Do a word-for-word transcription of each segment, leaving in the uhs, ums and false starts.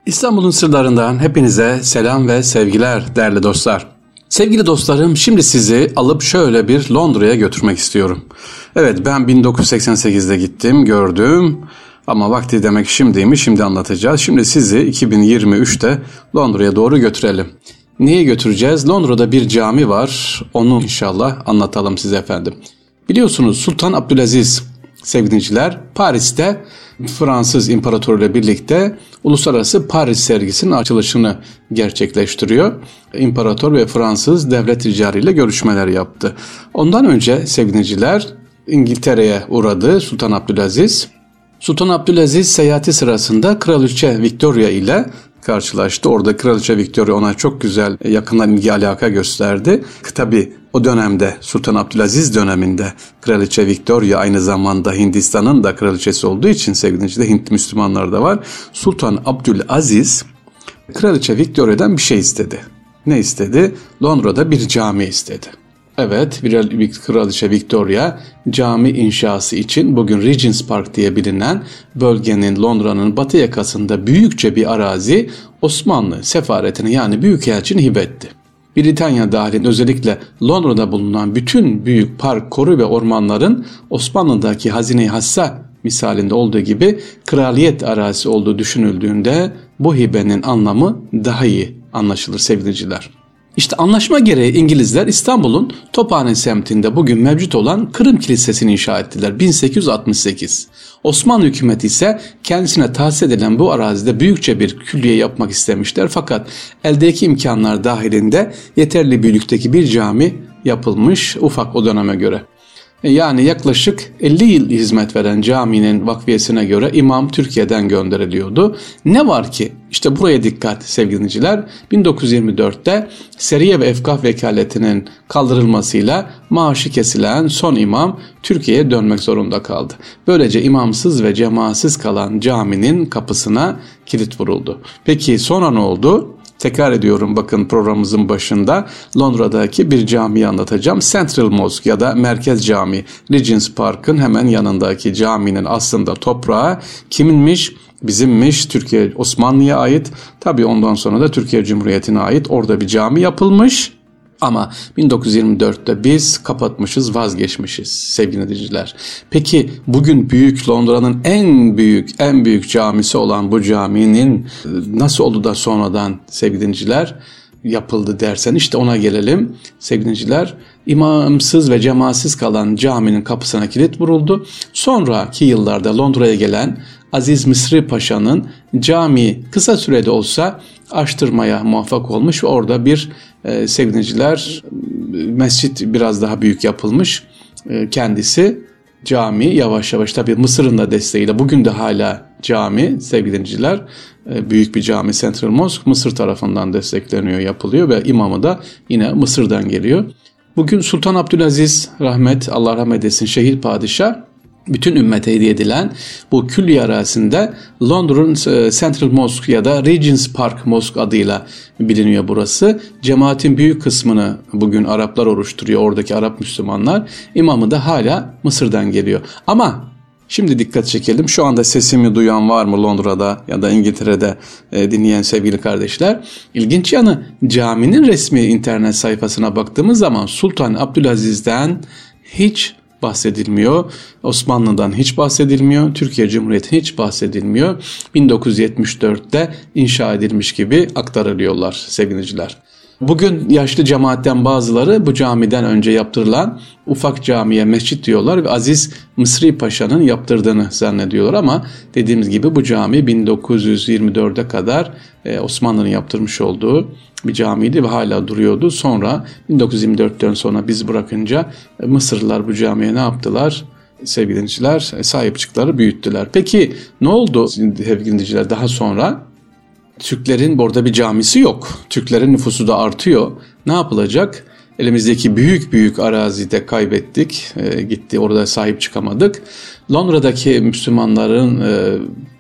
İstanbul'un sırlarından hepinize selam ve sevgiler değerli dostlar. Sevgili dostlarım, şimdi sizi alıp şöyle bir Londra'ya götürmek istiyorum. Evet, ben bin dokuz yüz seksen sekizde gittim, gördüm ama vakti demek şimdiymiş, şimdi anlatacağız. Şimdi sizi iki bin yirmi üçte Londra'ya doğru götürelim. Niye götüreceğiz? Londra'da bir cami var, onu inşallah anlatalım size efendim. Biliyorsunuz Sultan Abdülaziz sevgiliciler Paris'te Fransız İmparatoru ile birlikte Uluslararası Paris sergisinin açılışını gerçekleştiriyor. İmparator ve Fransız devlet ricaliyle görüşmeler yaptı. Ondan önce sevgiliciler İngiltere'ye uğradı Sultan Abdülaziz. Sultan Abdülaziz seyahati sırasında Kraliçe Victoria ile karşılaştı. Orada Kraliçe Victoria ona çok güzel yakından ilgi alaka gösterdi. Tabii o dönemde Sultan Abdülaziz döneminde Kraliçe Victoria aynı zamanda Hindistan'ın da kraliçesi olduğu için sevgili Hint Müslümanlar da var. Sultan Abdülaziz Kraliçe Victoria'dan bir şey istedi. Ne istedi? Londra'da bir cami istedi. Evet, bir, bir Kraliçe Victoria cami inşası için bugün Regent's Park diye bilinen bölgenin Londra'nın batı yakasında büyükçe bir arazi Osmanlı sefaretine yani büyükelçine hibe etti. Britanya dahil özellikle Londra'da bulunan bütün büyük park, koru ve ormanların Osmanlı'daki Hazine-i Hassa misalinde olduğu gibi kraliyet arazisi olduğu düşünüldüğünde bu hibenin anlamı daha iyi anlaşılır sevgiliciler. İşte anlaşma gereği İngilizler İstanbul'un Tophane semtinde bugün mevcut olan Kırım Kilisesi'ni inşa ettiler bin sekiz yüz altmış sekiz. Osmanlı hükümeti ise kendisine tahsis edilen bu arazide büyükçe bir külliye yapmak istemişler fakat eldeki imkanlar dahilinde yeterli büyüklükteki bir cami yapılmış, ufak o döneme göre. Yani yaklaşık elli yıl hizmet veren caminin vakfiyesine göre imam Türkiye'den gönderiliyordu. Ne var ki işte buraya dikkat sevgili dinleyiciler, bin dokuz yüz yirmi dörtte Seriye ve Efkaf vekaletinin kaldırılmasıyla maaşı kesilen son imam Türkiye'ye dönmek zorunda kaldı. Böylece imamsız ve cemaatsiz kalan caminin kapısına kilit vuruldu. Peki sonra ne oldu? Tekrar ediyorum, bakın programımızın başında Londra'daki bir camiyi anlatacağım. Central Mosque ya da Merkez Camii, Regent's Park'ın hemen yanındaki caminin aslında toprağı kiminmiş? Bizimmiş, Türkiye Osmanlı'ya ait. Tabii ondan sonra da Türkiye Cumhuriyeti'ne ait. Orada bir cami yapılmış. Ama bin dokuz yüz yirmi dörtte biz kapatmışız, vazgeçmişiz sevgili dinleyiciler. Peki bugün büyük Londra'nın en büyük en büyük camisi olan bu caminin nasıl oldu da sonradan sevgili dinleyiciler yapıldı dersen işte ona gelelim sevgili dinleyiciler. İmamsız ve cemaatsiz kalan caminin kapısına kilit vuruldu. Sonraki yıllarda Londra'ya gelen Aziz Mısri Paşa'nın camiyi kısa sürede olsa açtırmaya muvaffak olmuş ve orada bir e, sevgiliciler mescit biraz daha büyük yapılmış. E, kendisi cami yavaş yavaş tabii Mısır'ın da desteğiyle bugün de hala cami sevgiliciler e, büyük bir cami Central Mosque Mısır tarafından destekleniyor, yapılıyor ve imamı da yine Mısır'dan geliyor. Bugün Sultan Abdülaziz rahmet Allah rahmet etsin şehit padişah bütün ümmete hediye edilen bu külliye arazisinde Londra'nın Central Mosque ya da Regent's Park Mosque adıyla biliniyor burası. Cemaatin büyük kısmını bugün Araplar oluşturuyor, oradaki Arap Müslümanlar. İmamı da hala Mısır'dan geliyor. Ama şimdi dikkat çekelim, şu anda sesimi duyan var mı Londra'da ya da İngiltere'de e, dinleyen sevgili kardeşler? İlginç yanı caminin resmi internet sayfasına baktığımız zaman Sultan Abdülaziz'den hiç bahsedilmiyor. Osmanlı'dan hiç bahsedilmiyor. Türkiye Cumhuriyeti'nden hiç bahsedilmiyor. bin dokuz yüz yetmiş dörtte inşa edilmiş gibi aktarılıyorlar sevgiliciler. Bugün yaşlı cemaatten bazıları bu camiden önce yaptırılan ufak camiye mescit diyorlar ve Aziz Mısri Paşa'nın yaptırdığını zannediyorlar ama dediğimiz gibi bu cami bin dokuz yüz yirmi dörde kadar Osmanlı'nın yaptırmış olduğu bir camiydi ve hala duruyordu. Sonra bin dokuz yüz yirmi dörtten sonra biz bırakınca Mısırlılar bu camiye ne yaptılar? Sevgili dinleyiciler, sahip çıktılar, büyüttüler. Peki ne oldu sevgili dinleyiciler daha sonra? Türklerin orada bir camisi yok. Türklerin nüfusu da artıyor. Ne yapılacak? Elimizdeki büyük büyük arazide kaybettik. E, gitti, orada sahip çıkamadık. Londra'daki Müslümanların e,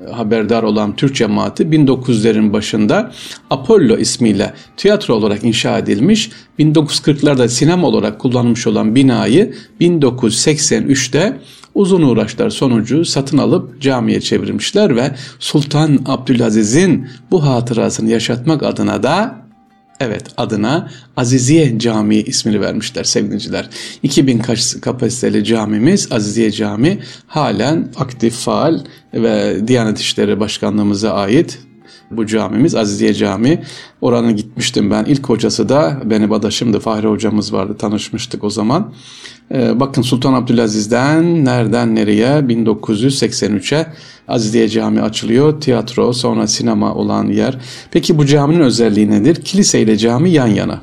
haberdar olan Türk cemaati bin dokuz yüzlerin başında Apollo ismiyle tiyatro olarak inşa edilmiş, bin dokuz yüz kırklarda sinema olarak kullanılmış olan binayı bin dokuz yüz seksen üçte uzun uğraşlar sonucu satın alıp camiye çevirmişler ve Sultan Abdülaziz'in bu hatırasını yaşatmak adına da evet adına Aziziye Camii ismini vermişler sevgiliciler. iki bin kapasiteli camimiz Aziziye Camii halen aktif, faal ve Diyanet İşleri Başkanlığımıza ait bu camimiz Aziziye Camii. Orana gitmiştim ben. İlk hocası da benim adaşımdı. Fahri hocamız vardı. Tanışmıştık o zaman. Ee, bakın Sultan Abdülaziz'den nereden nereye bin dokuz yüz seksen üçe Aziziye Camii açılıyor. Tiyatro, sonra sinema olan yer. Peki bu caminin özelliği nedir? Kilise ile cami yan yana.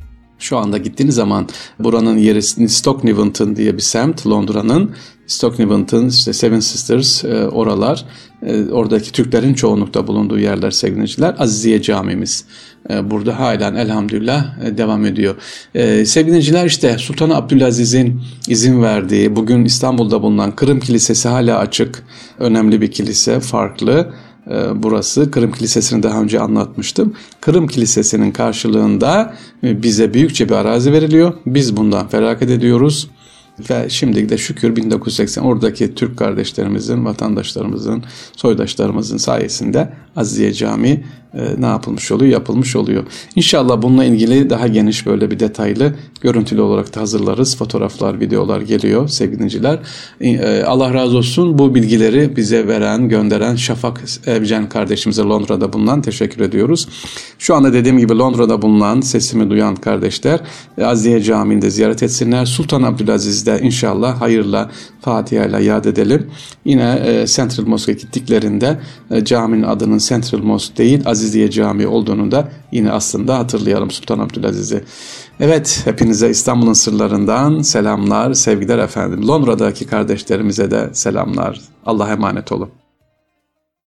Şu anda gittiğiniz zaman buranın yeri Stoke-Newington diye bir semt, Londra'nın. Stoke-Newington, işte Seven Sisters, e, oralar. E, oradaki Türklerin çoğunlukta bulunduğu yerler sevgiliciler. Aziziye Camimiz. E, burada halen elhamdülillah e, devam ediyor. E, sevgiliciler işte Sultan Abdülaziz'in izin verdiği, bugün İstanbul'da bulunan Kırım Kilisesi hala açık. Önemli bir kilise, farklı. Burası Kırım Kilisesi'ni daha önce anlatmıştım. Kırım Kilisesi'nin karşılığında bize büyükçe bir arazi veriliyor. Biz bundan feragat ediyoruz. Ve şimdi de şükür bin dokuz yüz seksen oradaki Türk kardeşlerimizin, vatandaşlarımızın, soydaşlarımızın sayesinde Aziziye Camii e, ne yapılmış oluyor? Yapılmış oluyor. İnşallah bununla ilgili daha geniş böyle bir detaylı görüntülü olarak da hazırlarız. Fotoğraflar, videolar geliyor sevgili dinleyiciler. E, Allah razı olsun bu bilgileri bize veren, gönderen Şafak Evcen kardeşimize Londra'da bulunan teşekkür ediyoruz. Şu anda dediğim gibi Londra'da bulunan, sesimi duyan kardeşler e, Aziziye Camii'nde ziyaret etsinler. Sultan Abdülaziz'de inşallah hayırla, Fatiha'yla yad edelim. Yine e, Central Mosque'a gittiklerinde e, caminin adının Central Mosque değil Aziziye Camii olduğunu da yine aslında hatırlayalım Sultan Abdülaziz'i. Evet, hepinize İstanbul'un sırlarından selamlar, sevgiler efendim. Londra'daki kardeşlerimize de selamlar. Allah'a emanet olun.